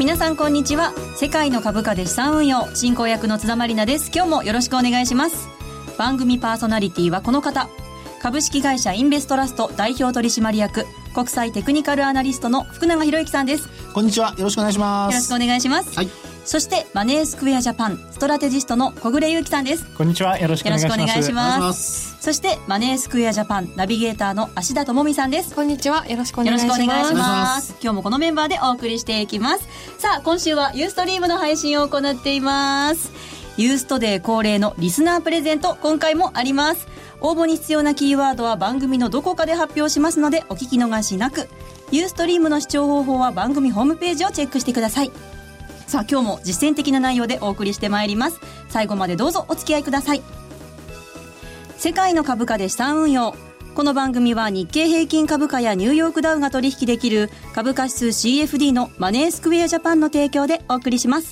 皆さんこんにちは。世界の株価で資産運用進行役の津田まりなです。今日もよろしくお願いします。番組パーソナリティはこの方、株式会社インベストラスト代表取締役国際テクニカルアナリストの福永博之さんです。 こんにちは、よろしくお願いします。 よろしくお願いします。 はい。 そしてマネースクエアジャパンストラテジストの小暮優樹さんです。 こんにちは、よろしくお願いします。 よろしくお願いします。そしてマネースクエアジャパンナビゲーターの芦田智美さんです。 こんにちは、よろしくお願いします。 よろしくお願いします。今日もこのメンバーでお送りしていきます。さあ、今週はユーストリームの配信を行っています。ユーストデー恒例のリスナープレゼント、今回もあります。応募に必要なキーワードは番組のどこかで発表しますのでお聞き逃しなく。ユーストリームの視聴方法は番組ホームページをチェックしてください。さあ、今日も実践的な内容でお送りしてまいります。最後までどうぞお付き合いください。世界の株価で資産運用。この番組は日経平均株価やニューヨークダウが取引できる株価指数 CFD のマネースクエアジャパンの提供でお送りします。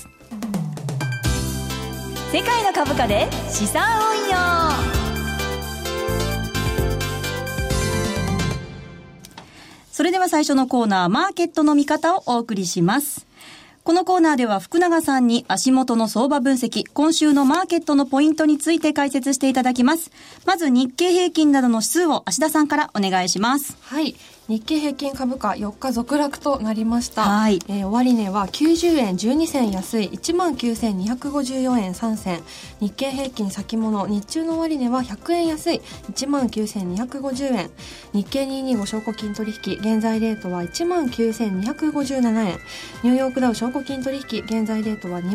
世界の株価で資産運用。それでは最初のコーナー、マーケットの見方をお送りします。このコーナーでは福永さんに足元の相場分析、今週のマーケットのポイントについて解説していただきます。まず日経平均などの指数を芦田さんからお願いします。 はい。日経平均株価4日続落となりました。 はい。 終値は90円12銭安い 19,254 円3銭。日経平均先物日中の終値は100円安い 19,250 円。日経225証拠金取引現在レートは 19,257 円。ニューヨークダウ証拠金取引現在レートは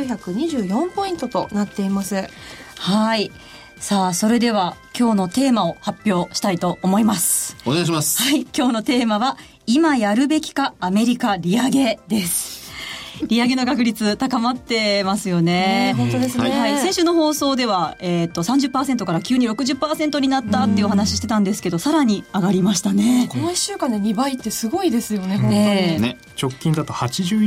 29,24 ポイントとなっています。 はい。さあ、それでは今日のテーマを発表したいと思います。 お願いします。 はい、今日のテーマは今やるべきかアメリカ利上げです。利上げの確率高まってますよね。 本当ですね。 はい、先週の放送では、30% から急に 60% になったっていうお話してたんですけど、さらに上がりましたね。 この1週間で2倍ってすごいですよね、本当に。 ね、直近だと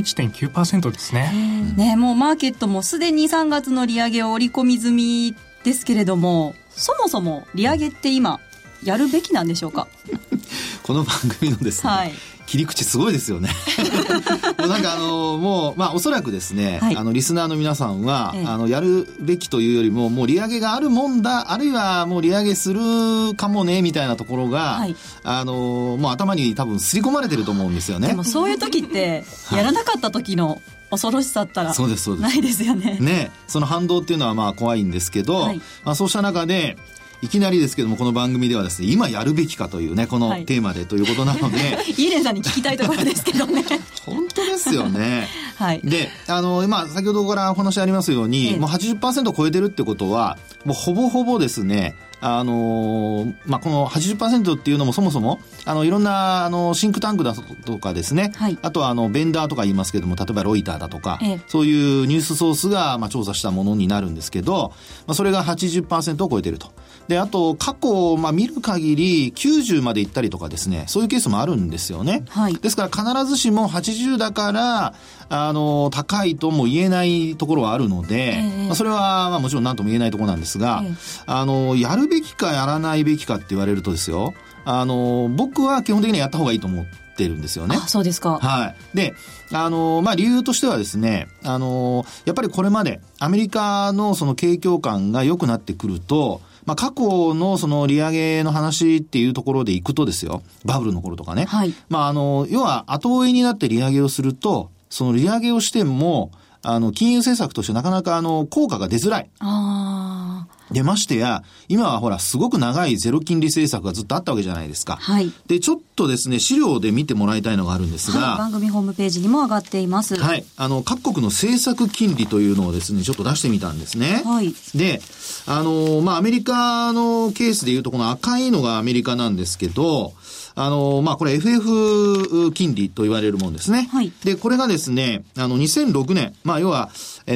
81.9% ですね。 ね、もうマーケットもすでに3月の利上げを織り込み済みですけれども、そもそも利上げって今やるべきなんでしょうか？ この番組のですね、はい、切り口すごいですよね。もうなんかもうおそらくですね、はい、リスナーの皆さんは、やるべきというよりももう利上げがあるもんだ、あるいはもう利上げするかもねみたいなところが、はい、もう頭に多分刷り込まれてると思うんですよね。 でもそういう時ってやらなかった時の恐ろしさったらないですよね。 ね、その反動っていうのはまあ怖いんですけど、はい、そうした中でいきなりですけどもこの番組ではですね、今やるべきかというねこのテーマでということなので、 イーレンさんに聞きたいところですけどね。 本当ですよね。 はい。 で、今先ほどからお話ありますように、もう 80% 超えてるってことはもうほぼほぼですね、この 80% っていうのもそもそもいろんなシンクタンクだとかですね、はい、あとはベンダーとか言いますけども、例えばロイターだとか、そういうニュースソースが調査したものになるんですけど、それが 80% を超えてると。で、あと過去見る限り90まで行ったりとかですね、そういうケースもあるんですよね。はい、ですから必ずしも80だから高いとも言えないところはあるので、それはもちろん何とも言えないところなんですが、やるべきかやらないべきかって言われるとですよ、僕は基本的にはやった方がいいと思ってるんですよね。 あ、そうですか。 はい。で、理由としてはですね、やっぱりこれまでアメリカのその景況感が良くなってくると、過去のその利上げの話っていうところでいくとですよ、バブルの頃とかね、はい、要は後追いになって利上げをすると、その利上げをしても金融政策としてなかなか効果が出づらい。でましてや今はほらすごく長いゼロ金利政策がずっとあったわけじゃないですか。はい。でちょっとですね資料で見てもらいたいのがあるんですが、 はい、番組ホームページにも上がっています。 はい。各国の政策金利というのをですねちょっと出してみたんですね。はい。でアメリカのケースでいうとこの赤いのがアメリカなんですけど、これ FF 金利と言われるものですね。はい。でこれがですね2006年要は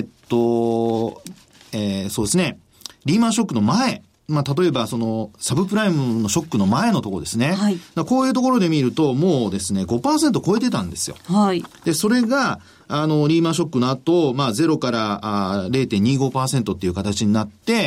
そうですね、リーマンショックの前、例えばそのサブプライムのショックの前のところですね。はい。こういうところで見るともうですね 5% 超えてたんですよ。はい。でそれがリーマンショックの後、0から 0.25% っていう形になって、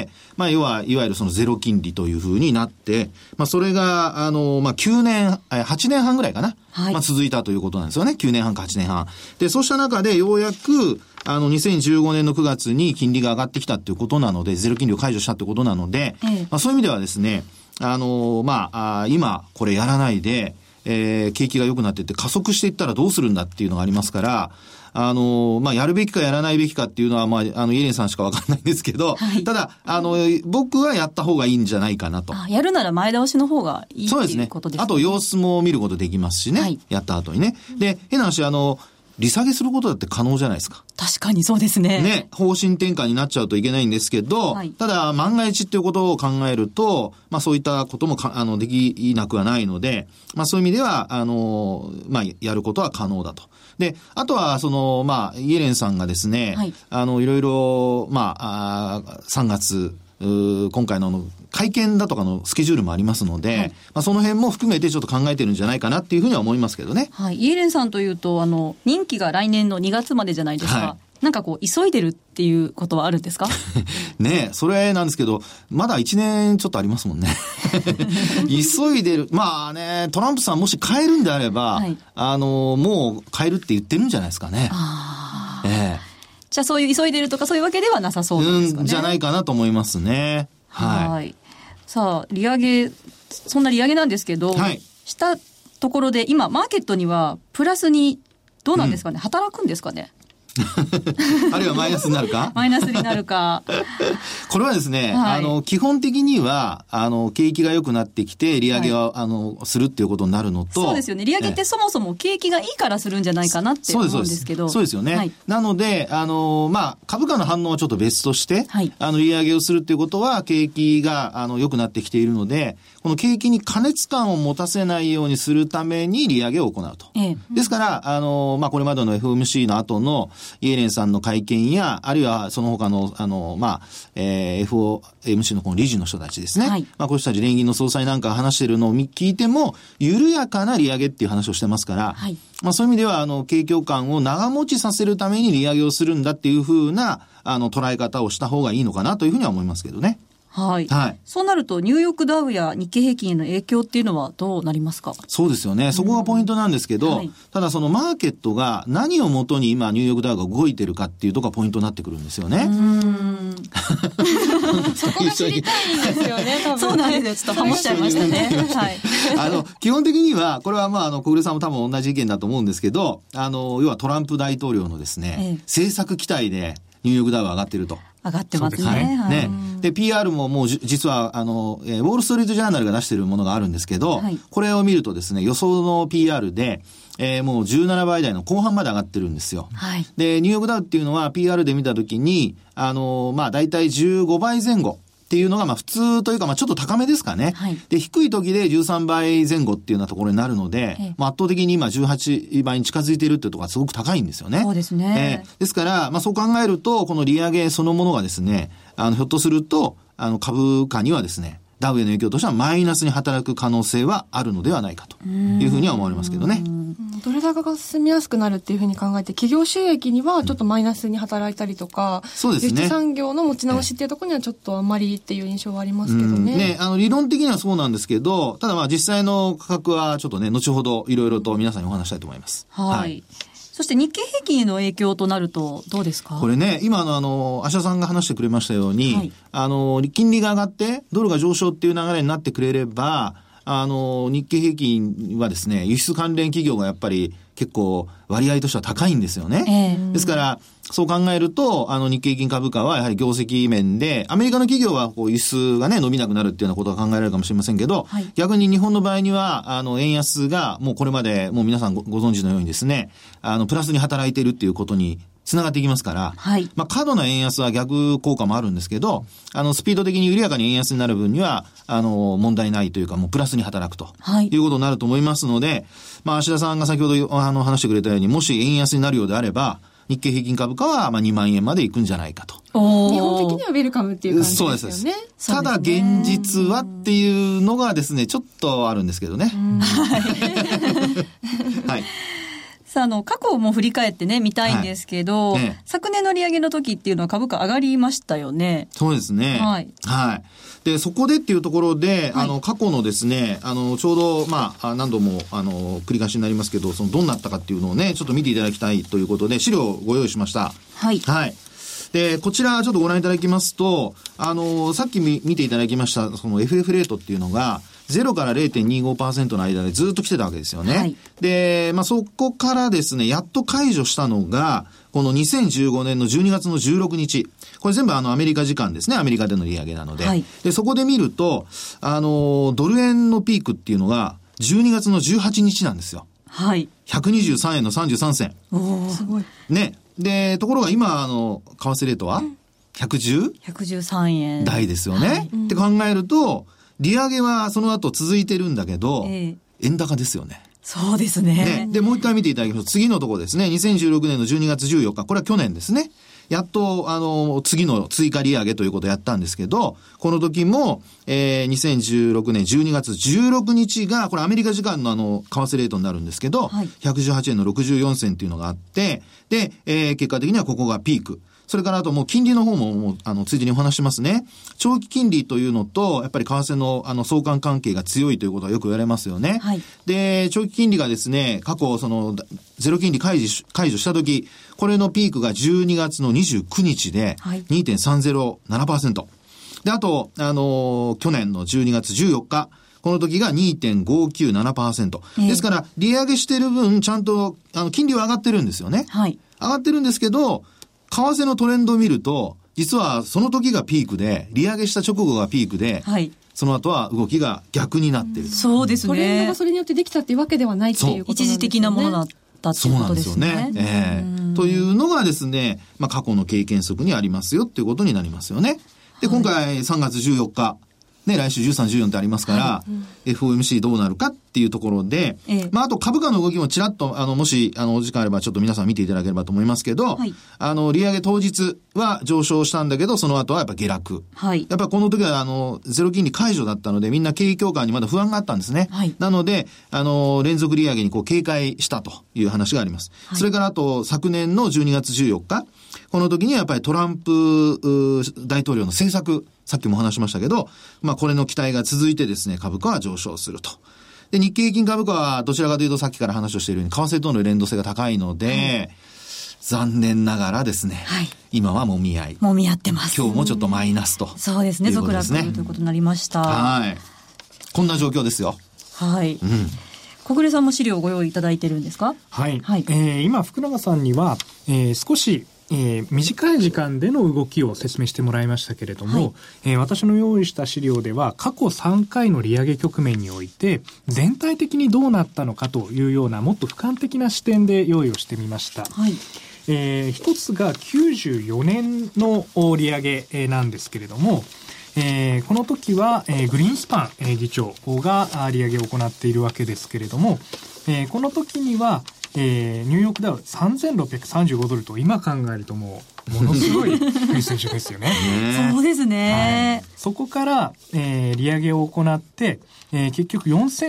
いわゆるそのゼロ金利という風になって、それが、8年半ぐらいかな。はい、続いたということなんですよね。9年半か8年半。で、そうした中でようやく、2015年の9月に金利が上がってきたっていうことなので、ゼロ金利を解除したってことなので、そういう意味ではですね、今、これやらないで、景気が良くなっていって加速していったらどうするんだっていうのがありますから、やるべきかやらないべきかっていうのは、イエレンさんしかわかんないんですけど、はい、ただ、僕はやった方がいいんじゃないかなと。 やるなら前倒しの方がいいっていうことですね。そうですね。 あと、様子も見ることできますしね。はい、やった後にね。で、変な話、利下げすることだって可能じゃないですか。 確かにそうですね。 ね、方針転換になっちゃうといけないんですけど、はい、ただ、万が一っていうことを考えると、そういったこともできなくはないので、そういう意味では、やることは可能だと。で、あとは、イエレンさんがですね、はい、いろいろ、3月、今回の会見だとかのスケジュールもありますので、はい、その辺も含めてちょっと考えてるんじゃないかなっていうふうには思いますけどね。 はい。イエレンさんというと、任期が来年の2月までじゃないですか。はい、なんか急いでるっていうことはあるんですか？ ねえ、それなんですけど、まだ1年ちょっとありますもんね。急いでる。トランプさんもし変えるんであれば、はい、もう変えるって言ってるんじゃないですかね。 じゃあそういう急いでるとかそういうわけではなさそうなんですかね。 じゃないかなと思いますね。 はい。さあ、そんな利上げなんですけど、はい、したところで今、マーケットにはプラスに、どうなんですかね、働くんですかね。 あるいはマイナスになるかマイナスになるか。 これはですね、はい、基本的には、景気が良くなってきて、利上げを、するっていうことになるのと。 そうですよね。利上げってそもそも景気がいいからするんじゃないかなって思うんですけど。 そうですよね。はい、なので、株価の反応はちょっと別として、はい、利上げをするっていうことは、景気が、良くなってきているので、この景気に過熱感を持たせないようにするために利上げを行うと。ですから、これまでの FOMC の後の、イエレンさんの会見や、あるいはその他の、FOMC のこの理事の人たちですね。はい、こういう人たち連銀の総裁なんかが話しているのを聞いても、緩やかな利上げっていう話をしてますから、はい、そういう意味では、景況感を長持ちさせるために利上げをするんだっていうふうな、捉え方をした方がいいのかなというふうには思いますけどね。 はい。はい。そうなると、ニューヨークダウや日経平均への影響っていうのはどうなりますか？ そうですよね。そこがポイントなんですけど、はい、ただそのマーケットが何をもとに今ニューヨークダウが動いてるかっていうところがポイントになってくるんですよね。 そこが知りたいんですよね、多分。 そうなんですよ。ちょっとハモっちゃいましたね。はい。 基本的には、これは小暮さんも多分同じ意見だと思うんですけど、要はトランプ大統領のですね、政策期待でニューヨークダウは上がってると。 上がってますね。 はい。ね。で、PR ももう実は、ウォールストリートジャーナルが出しているものがあるんですけど、はい、これを見るとですね、予想の PR で、もう17倍台の後半まで上がってるんですよ。はい。で、ニューヨークダウっていうのは PR で見たときに、だいたい15倍前後。っていうのが普通というかちょっと高めですかね。はい、で、低い時で13倍前後っていうようなところになるので、圧倒的に今18倍に近づいているっていうところがすごく高いんですよね。 そうですね。 ですから、そう考えると、この利上げそのものがですね、ひょっとすると、株価にはですね、ダウへの影響としてはマイナスに働く可能性はあるのではないかというふうには思われますけどね。 ドル高が進みやすくなるっていうふうに考えて、企業収益にはちょっとマイナスに働いたりとか、 そうですね、 輸出産業の持ち直しっていうところにはちょっとあんまりっていう印象はありますけどね。 理論的にはそうなんですけど、ただ実際の価格はちょっとね、後ほどいろいろと皆さんにお話したいと思います。 はい。そして日経平均への影響となるとどうですか？ これね、今芦田さんが話してくれましたように、はい、金利が上がってドルが上昇っていう流れになってくれれば、日経平均はですね、輸出関連企業がやっぱり結構割合としては高いんですよね。ですから、そう考えると、日経平均株価はやはり業績面で、アメリカの企業は輸出がね、伸びなくなるっていうようなことが考えられるかもしれませんけど、はい、逆に日本の場合には、円安がもうこれまで、もう皆さんご存知のようにですね、プラスに働いているっていうことにつながっていきますから、はい、過度な円安は逆効果もあるんですけど、スピード的に緩やかに円安になる分には、問題ないというか、もうプラスに働くと、はい、いうことになると思いますので、芦田さんが先ほど話してくれたように、もし円安になるようであれば、日経平均株価は2万円までいくんじゃないかと。 日本的にはウェルカムっていう感じですよね。そうです。 ただ現実はっていうのがですね、ちょっとあるんですけどね。 はい。 はい。 さあ、過去も振り返ってね、見たいんですけど、昨年の利上げの時っていうのは株価上がりましたよね。 そうですね。はい。はい。で、そこでっていうところで、過去のですね、ちょうど、何度も、繰り返しになりますけど、どうなったかっていうのをね、ちょっと見ていただきたいということで、資料をご用意しました。 はい。 はい。で、こちらちょっとご覧いただきますと、さっき見ていただきました、その FF レートっていうのが、0から 0.25% の間でずっと来てたわけですよね。はい、で、そこからですね、やっと解除したのが、この2015年の12月の16日。これ全部アメリカ時間ですね。アメリカでの利上げなので。はい、で、そこで見ると、ドル円のピークっていうのが、12月の18日なんですよ。 はい。 123円の33銭。 おー。すごい。 ね。で、ところが今、為替レートは、 113円台ですよね。はい、って考えると、利上げはその後続いてるんだけど、円高ですよね。 そうですね。 で、もう一回見ていただきますと、次のところですね、2016年の12月14日、これは去年ですね。やっと、次の追加利上げということをやったんですけど、この時も、2016年12月16日が、これアメリカ時間の為替レートになるんですけど、はい、118円の64銭っていうのがあって、で、結果的にはここがピーク。それからあともう金利の方もついでにお話しますね。長期金利というのと、やっぱり為替の相関関係が強いということはよく言われますよね。はい、で、長期金利がですね、過去ゼロ金利解除したとき、これのピークが12月の29日で 2.307%。で、あと、去年の12月14日、この時が 2.597%。ですから、利上げしてる分、ちゃんと、金利は上がってるんですよね。はい。上がってるんですけど、為替のトレンドを見ると、実はその時がピークで、利上げした直後がピークで、はい、その後は動きが逆になっている。 そうですね。 トレンドがそれによってできたっていうわけではないっていうことなんですね。一時的なものだったっていうことですね。そうなんですよね。というのがですね、過去の経験則にありますよっていうことになりますよね。で、今回3月14日、ね、来週13、14ってありますから、はい、FOMC どうなるかっていうところで、あと株価の動きもちらっと、もし、お時間あればちょっと皆さん見ていただければと思いますけど、はい、利上げ当日は上昇したんだけど、その後はやっぱ下落。はい、やっぱこの時は、ゼロ金利解除だったので、みんな景気強化にまだ不安があったんですね。はい、なので、連続利上げに警戒したという話があります。はい、それからあと、昨年の12月14日、この時にはやっぱりトランプ大統領の政策、さっきもお話しましたけど、これの期待が続いてですね、株価は上昇すると。で、日経平均株価はどちらかというとさっきから話をしているように、為替との連動性が高いので、残念ながらですね、はい、今はもみ合い。 もみ合ってます。 今日もちょっとマイナスと。 そうですね、続落ということになりました。 はい。こんな状況ですよ。 はい。小暮さんも資料をご用意いただいてるんですか？ はい。はい、今、福永さんには、少し、短い時間での動きを説明してもらいましたけれども、はい、私の用意した資料では過去3回の利上げ局面において全体的にどうなったのかというようなもっと俯瞰的な視点で用意をしてみました。はい、一つが94年の利上げなんですけれども、この時は、グリーンスパン議長が利上げを行っているわけですけれども、この時にはニューヨークダウ3635ドルと今考えるとものすごい低い水準ですよね。 そうですね。 はい、そこから、利上げを行って、結局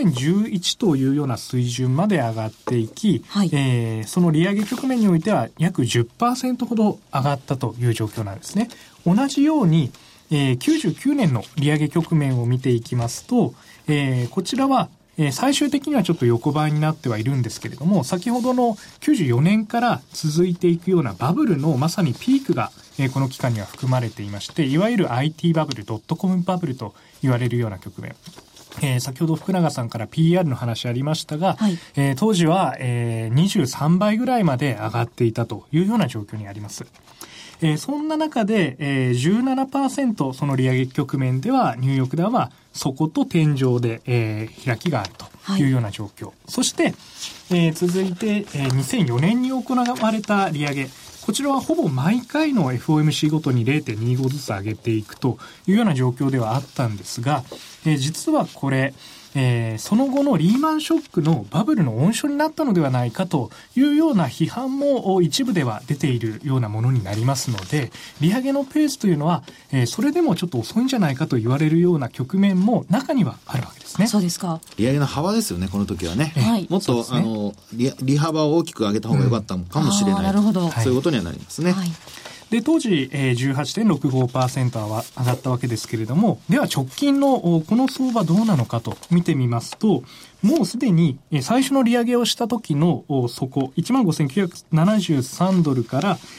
4011というような水準まで上がっていき、はい、その利上げ局面においては約 10% ほど上がったという状況なんですね。同じように、99年の利上げ局面を見ていきますと、こちらは最終的にはちょっと横ばいになってはいるんですけれども、先ほどの94年から続いていくようなバブルのまさにピークが、この期間には含まれていまして、いわゆる IT バブル、ドットコムバブルと言われるような局面。先ほど福永さんから PR の話ありましたが、はい、当時は、23倍ぐらいまで上がっていたというような状況にあります。そんな中で、17% その利上げ局面ではニューヨークダウは底と天井で、開きがあるというような状況。はい、そして、続いて、2004年に行われた利上げ。こちらはほぼ毎回の FOMC ごとに 0.25 ずつ上げていくというような状況ではあったんですが、実はこれ、 その後のリーマンショックのバブルの温床になったのではないかというような批判も一部では出ているようなものになりますので、利上げのペースというのは、それでもちょっと遅いんじゃないかと言われるような局面も中にはあるわけですね。 そうですか。 利上げの幅ですよね、この時はね。 はい、 もっと、利幅を大きく上げた方が良かったかもしれない。 なるほど。 そういうことにはなりますね。 はい。 で、当時、18.65% は上がったわけですけれども、では直近のこの相場どうなのかと見てみますと、もうすでに最初の利上げをした時の底、15,973 ドルから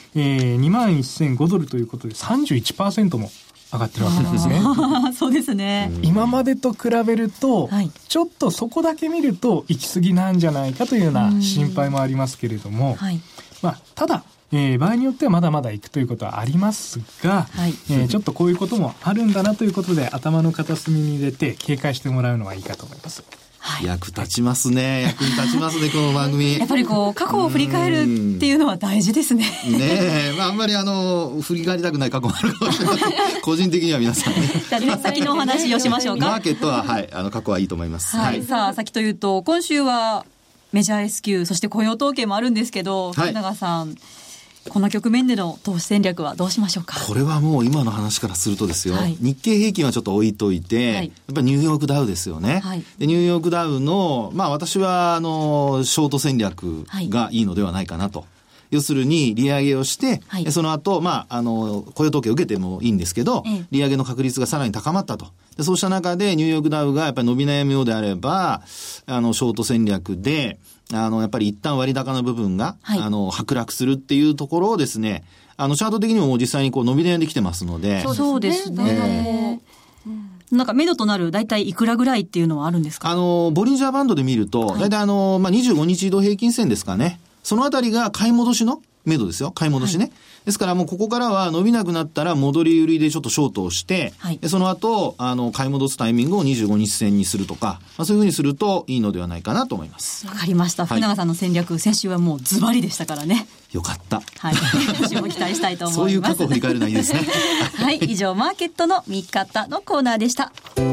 、21,005 ドルということで 31% も上がってるわけなんですね。 そうですね。 今までと比べると、 はい、 ちょっとそこだけ見ると行き過ぎなんじゃないかというような心配もありますけれども、 はい、 ただ、場合によってはまだまだ行くということはありますが、 はい、 ちょっとこういうこともあるんだなということで頭の片隅に入れて警戒してもらうのはいいかと思います。 はい、 役立ちますね。役に立ちますね、この番組。 やっぱりこう、過去を振り返るっていうのは大事ですね。 ねえ。あんまり振り返りたくない過去もあるかもしれない。個人的には皆さんね。 先のお話をしましょうか。 マーケットは、はい、過去はいいと思います。 はい。さあ、先というと、今週はメジャー S q、そして雇用統計もあるんですけど、福永さん、この局面での投資戦略はどうしましょうか。 これはもう今の話からするとですよ、 はい、 日経平均はちょっと置いといて、はい、やっぱりニューヨークダウですよね。 はい、 でニューヨークダウの、私はショート戦略がいいのではないかなと。要するに利上げをして、はい、その後、雇用統計を受けてもいいんですけど、利上げの確率がさらに高まったと。でそうした中でニューヨークダウがやっぱり伸び悩むようであれば、ショート戦略で、やっぱり一旦割高な部分が、はい、剥落するっていうところをですね、チャート的にも実際にこう伸び悩んできてますので。 そうですね。なんか目処となる大体いくらぐらいっていうのはあるんですか？ボリンジャーバンドで見ると、大体25日移動平均線ですかね。そのあたりが買い戻しの目処ですよ。買い戻しね。はい、ですからもうここからは伸びなくなったら戻り売りでちょっとショートをして、はい、その後、買い戻すタイミングを25日線にするとか、そういうふうにするといいのではないかなと思います。 わかりました。福永さんの戦略、先週はもうズバリでしたからね。 よかった。 はい。私も期待したいと思います。 そういう過去を振り返るのはいいですね。 はい。以上、マーケットの見方のコーナーでした。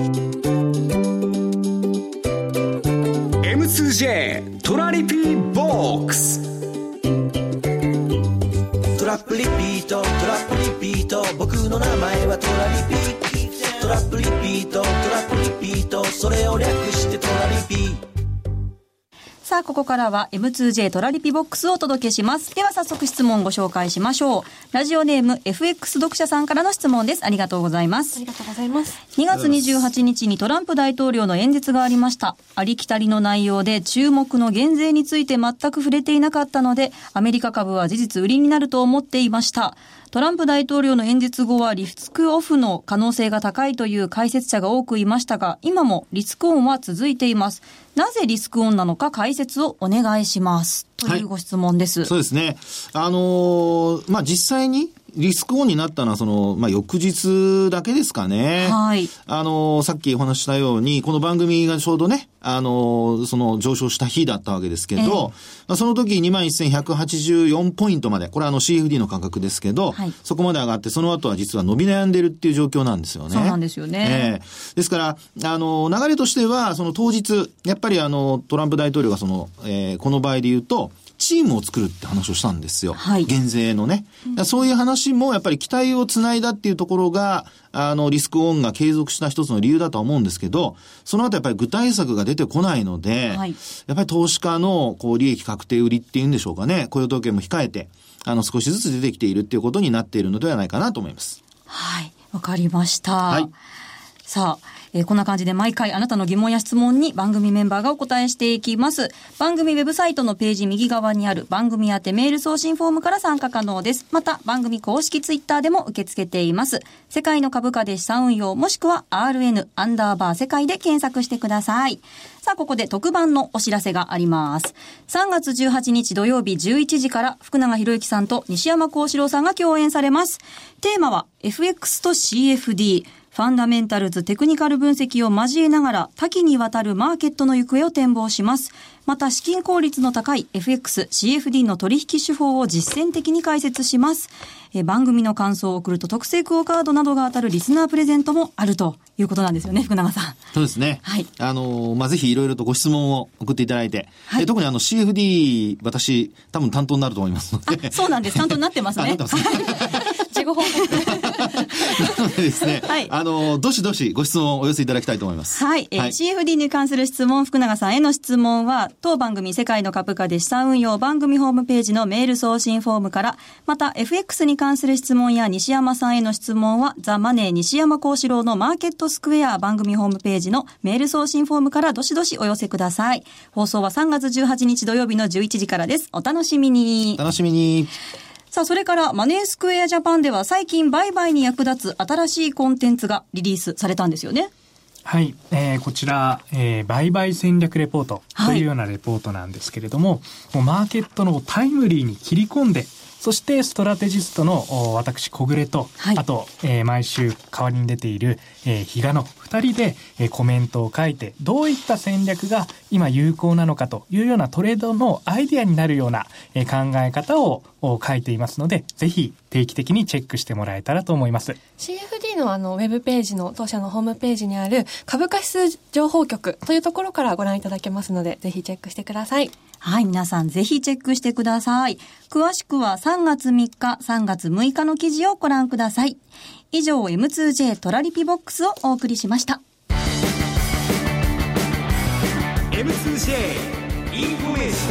M2J トラリピーボックス。トラップリピート、トラップリピート、僕の名前はトラリピ。トラップリピート、トラップリピート、それを略してトラリピ。 さあ、ここからは M2J トラリピボックスをお届けします。では早速質問をご紹介しましょう。ラジオネーム FX 読者さんからの質問です。ありがとうございます。 ありがとうございます。 2月28日にトランプ大統領の演説がありました。ありきたりの内容で注目の減税について全く触れていなかったので、アメリカ株は事実売りになると思っていました。トランプ大統領の演説後はリスクオフの可能性が高いという解説者が多くいましたが、今もリスクオンは続いています。なぜリスクオンなのか解説をお願いします。というご質問です。 はい、そうですね。実際にリスクオンになったのは翌日だけですかね。 はい。 さっきお話ししたように、この番組がちょうどね、上昇した日だったわけですけど、その時 21,184 ポイントまで、これはCFD の価格ですけど、はい、そこまで上がって、その後は実は伸び悩んでるっていう状況なんですよね。 そうなんですよね。 ですから、流れとしては、その当日、やっぱりトランプ大統領がこの場合で言うと、チームを作るって話をしたんですよ。はい、減税のね。そういう話もやっぱり期待をつないだっていうところが、リスクオンが継続した一つの理由だとは思うんですけど、その後やっぱり具体策が出てこないので、はい、やっぱり投資家の利益確定売りっていうんでしょうかね。雇用統計も控えて、少しずつ出てきているっていうことになっているのではないかなと思います。 はい。わかりました。 はい。 さあ、こんな感じで毎回あなたの疑問や質問に番組メンバーがお答えしていきます。番組ウェブサイトのページ右側にある番組宛てメール送信フォームから参加可能です。また番組公式ツイッターでも受け付けています。世界の株価で資産運用もしくは RN_世界で検索してください。さあ、ここで特番のお知らせがあります。3月18日土曜日11時から福永博之さんと西山幸四郎さんが共演されます。テーマは FX と CFD。 ファンダメンタルズテクニカル分析を交えながら多岐にわたるマーケットの行方を展望します。また資金効率の高い FX、CFD の取引手法を実践的に解説します。番組の感想を送ると特製クオカードなどが当たるリスナープレゼントもあるということなんですよね、福永さん。 そうですね。 はい。 ぜひいろいろとご質問を送っていただいて、はい、特にCFD 私多分担当になると思いますので。 そうなんです。担当になってますね。自己報告。 なのでですね、はい、どしどしご質問をお寄せいただきたいと思います。 はい。CFD に関する質問、福永さんへの質問は、当番組世界の株価で資産運用番組ホームページのメール送信フォームから、また FX に関する質問や西山さんへの質問は、ザ・マネー西山幸四郎のマーケットスクエア番組ホームページのメール送信フォームからどしどしお寄せください。放送は3月18日土曜日の11時からです。お楽しみに。 お楽しみに。 さあ、それからマネースクエアジャパンでは最近売買に役立つ新しいコンテンツがリリースされたんですよね。 はい、こちら、売買戦略レポートというようなレポートなんですけれども、もうマーケットのタイムリーに切り込んで、そしてストラテジストの私小暮と、はい、あと、毎週代わりに出ている、比嘉の2人で、コメントを書いて、どういった戦略が今有効なのかというようなトレードのアイデアになるような、考え方を書いていますので、ぜひ定期的にチェックしてもらえたらと思います。 CFD のウェブページの当社のホームページにある株価指数情報局というところからご覧いただけますので、ぜひチェックしてください。 はい、皆さんぜひチェックしてください。詳しくは3月3日、3月6日の記事をご覧ください。以上 M2J トラリピボックスをお送りしました。 M2J インフォメーション。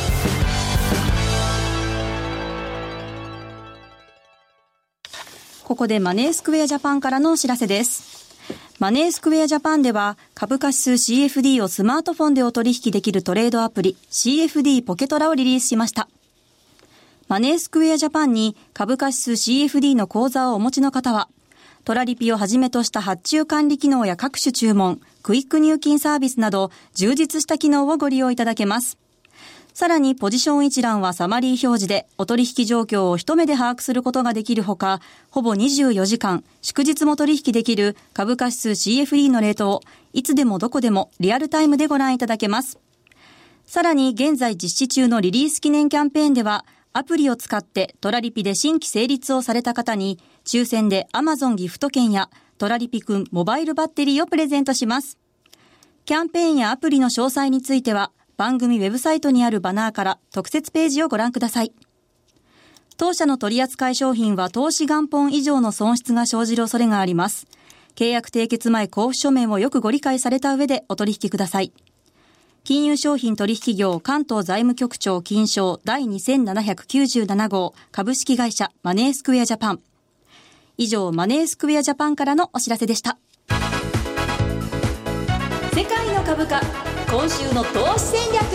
ここでマネースクエアジャパンからのお知らせです。マネースクエアジャパンでは株価指数 CFD をスマートフォンでお取引できるトレードアプリ CFD ポケトラをリリースしました。マネースクエアジャパンに株価指数 CFD の口座をお持ちの方は、トラリピをはじめとした発注管理機能や各種注文、クイック入金サービスなど充実した機能をご利用いただけます。さらにポジション一覧はサマリー表示でお取引状況を一目で把握することができるほか、ほぼ24時間、祝日も取引できる株価指数 CFD のレートをいつでもどこでもリアルタイムでご覧いただけます。さらに現在実施中のリリース記念キャンペーンでは、アプリを使ってトラリピで新規成立をされた方に、抽選で Amazon ギフト券やトラリピくんモバイルバッテリーをプレゼントします。キャンペーンやアプリの詳細については、番組ウェブサイトにあるバナーから特設ページをご覧ください。当社の取扱商品は投資元本以上の損失が生じる恐れがあります。契約締結前交付書面をよくご理解された上でお取引ください。金融商品取引業関東財務局長金賞第2797号株式会社マネースクエアジャパン。以上、マネースクエアジャパンからのお知らせでした。世界の株価、今週の投資戦略。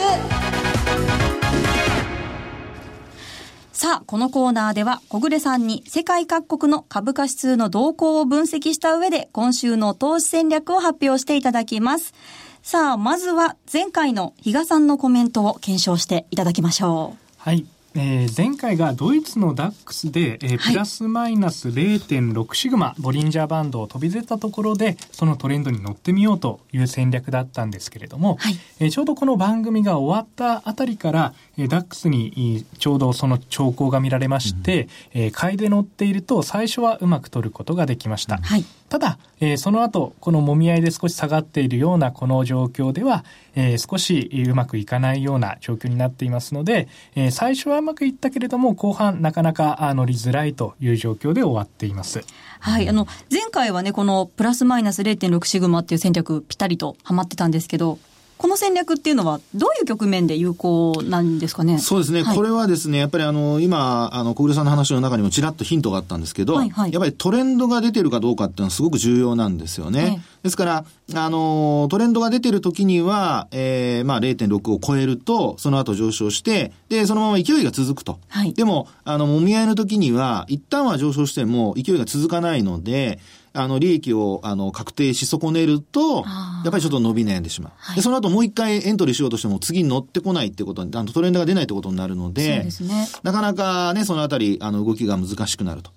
さあ、このコーナーでは小暮さんに世界各国の株価指数の動向を分析した上で今週の投資戦略を発表していただきます。さあ、まずは前回の比嘉さんのコメントを検証していただきましょう。 はい。前回がドイツのダックスで、プラスマイナス 0.6 シグマボリンジャーバンドを飛び出たところでそのトレンドに乗ってみようという戦略だったんですけれども、はい、ちょうどこの番組が終わったあたりからダックスにちょうどその兆候が見られまして、買いで乗っていると最初はうまく取ることができました。はい、ただ、その後この揉み合いで少し下がっているようなこの状況では、少しうまくいかないような状況になっていますので、最初はうまくいったけれども後半なかなか乗りづらいという状況で終わっています。 はい、前回はねこのプラスマイナス 0.6 シグマっていう戦略ぴったりとはまってたんですけど、この戦略っていうのはどういう局面で有効なんですかね。 そうですね、はい、これはですねやっぱり今小暮さんの話の中にもちらっとヒントがあったんですけど、はいはい、やっぱりトレンドが出てるかどうかっていうのはすごく重要なんですよね。ですからトレンドが出てる時には、0.6 を超えるとその後上昇してでそのまま勢いが続くと、はい、でも揉み合いの時には一旦は上昇しても勢いが続かないので利益を確定し損ねるとやっぱりちょっと伸び悩んでしまう、はい、でその後もう一回エントリーしようとしても次に乗ってこないってことにトレンドが出ないってことになるので、そうですね、なかなかねそのあたり動きが難しくなると。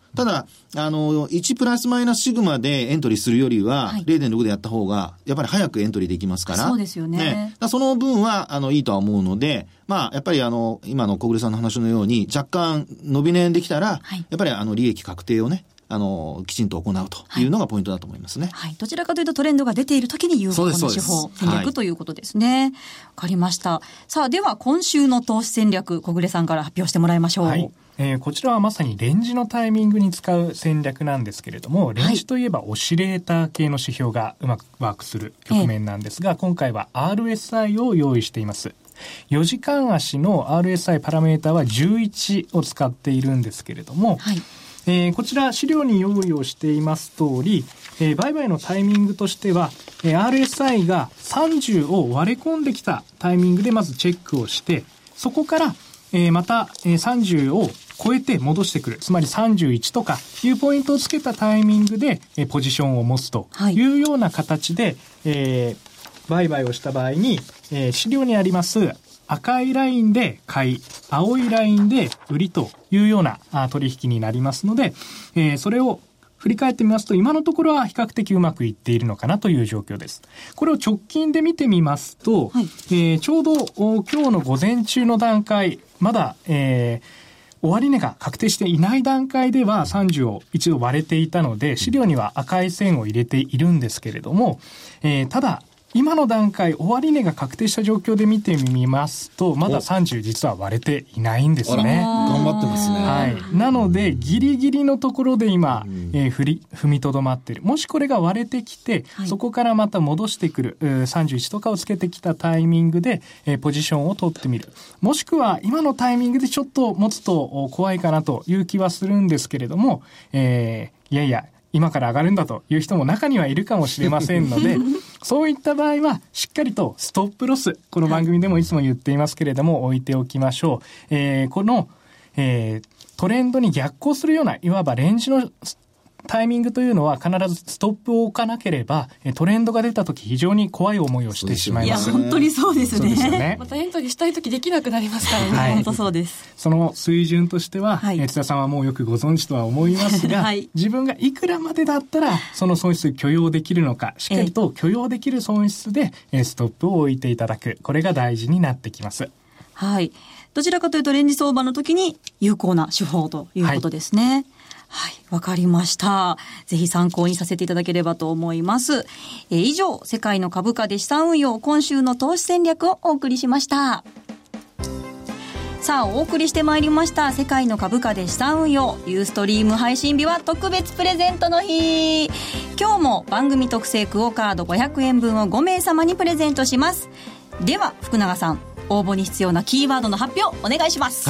ただ、1プラスマイナスシグマでエントリーするよりは、0.6 でやった方が、やっぱり早くエントリーできますから。 そうですよね。 その分は、いいとは思うので、やっぱり今の小暮さんの話のように、若干伸び値できたら、やっぱり利益確定をね、きちんと行うというのがポイントだと思いますね。 どちらかというとトレンドが出ている時に有効な手法、戦略ということですね。わかりました。さあ、では今週の投資戦略、小暮さんから発表してもらいましょう。 こちらはまさにレンジのタイミングに使う戦略なんですけれども、レンジといえばオシレーター系の指標がうまくワークする局面なんですが、今回は RSI を用意しています。4時間足の RSI パラメータは11を使っているんですけれども、こちら資料に用意をしています通り、売買のタイミングとしては、RSI が30を割れ込んできたタイミングでまずチェックをして、そこから、また、30を超えて戻してくる。つまり31とかいうポイントをつけたタイミングで、ポジションを持つというような形で、売買をした場合に、資料にあります赤いラインで買い、青いラインで売りというような取引になりますので、それを振り返ってみますと、今のところは比較的うまくいっているのかなという状況です。これを直近で見てみますと、ちょうど今日の午前中の段階、まだ、終値が確定していない段階では30を一度割れていたので、資料には赤い線を入れているんですけれども、ただ、今の段階、終値が確定した状況で見てみますと、まだ30実は割れていないんですね。 頑張ってますね。 なので、ギリギリのところで今、踏みとどまっている。もしこれが割れてきて、そこからまた戻してくる、31とかをつけてきたタイミングで、ポジションを取ってみる。もしくは、今のタイミングでちょっと持つと怖いかなという気はするんですけれども、いやいや、今から上がるんだという人も中にはいるかもしれませんので、そういった場合はしっかりとストップロス、この番組でもいつも言っていますけれども、置いておきましょう。この、トレンドに逆行するような、いわばレンジのタイミングというのは必ずストップを置かなければ、トレンドが出た時非常に怖い思いをしてしまいます。 いや、本当にそうですね。 そうですよね。 またエントリーしたい時できなくなりますからね。 本当そうです。 その水準としては、津田さんはもうよくご存知とは思いますが、自分がいくらまでだったらその損失許容できるのか、しっかりと許容できる損失でストップを置いていただく。これが大事になってきます。 どちらかというとレンジ相場の時に有効な手法ということですね。わかりました。ぜひ参考にさせていただければと思います。以上、世界の株価で資産運用、今週の投資戦略をお送りしました。さあ、お送りしてまいりました世界の株価で資産運用、ユーストリーム配信日は特別プレゼントの日。今日も番組特製クオカード500円分を5名様にプレゼントします。では、福永さん、応募に必要なキーワードの発表お願いします。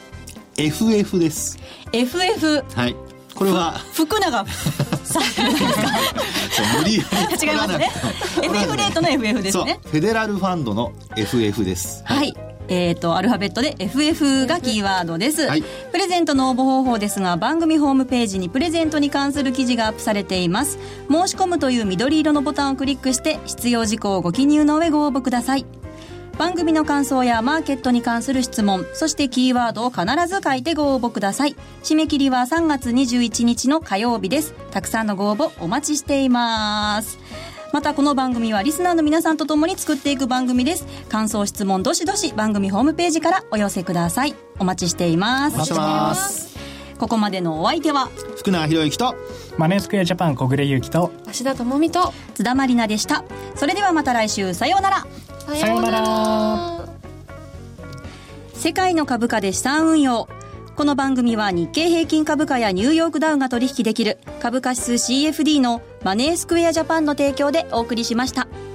FF です。 FF。 これは福永さんですか？ 無理やり違いますね。FF レートの FF ですね。 フェデラルファンドの FF です。 アルファベットで FF がキーワードです。プレゼントの応募方法ですが、番組ホームページにプレゼントに関する記事がアップされています。申し込むという緑色のボタンをクリックして、必要事項をご記入の上ご応募ください。番組の感想やマーケットに関する質問、そしてキーワードを必ず書いてご応募ください。締め切りは3月21日の火曜日です。たくさんのご応募お待ちしています。またこの番組はリスナーの皆さんと共に作っていく番組です。感想質問どしどし番組ホームページからお寄せください。お待ちしています。 お待ちしてます。 ここまでのお相手は福永博之とマネースクエアジャパン小暮優樹と芦田智美と津田まりなでした。それではまた来週、さようなら。 さようなら。 世界の株価で資産運用。この番組は日経平均株価やニューヨークダウが取引できる株価指数 CFD のマネースクエアジャパンの提供でお送りしました。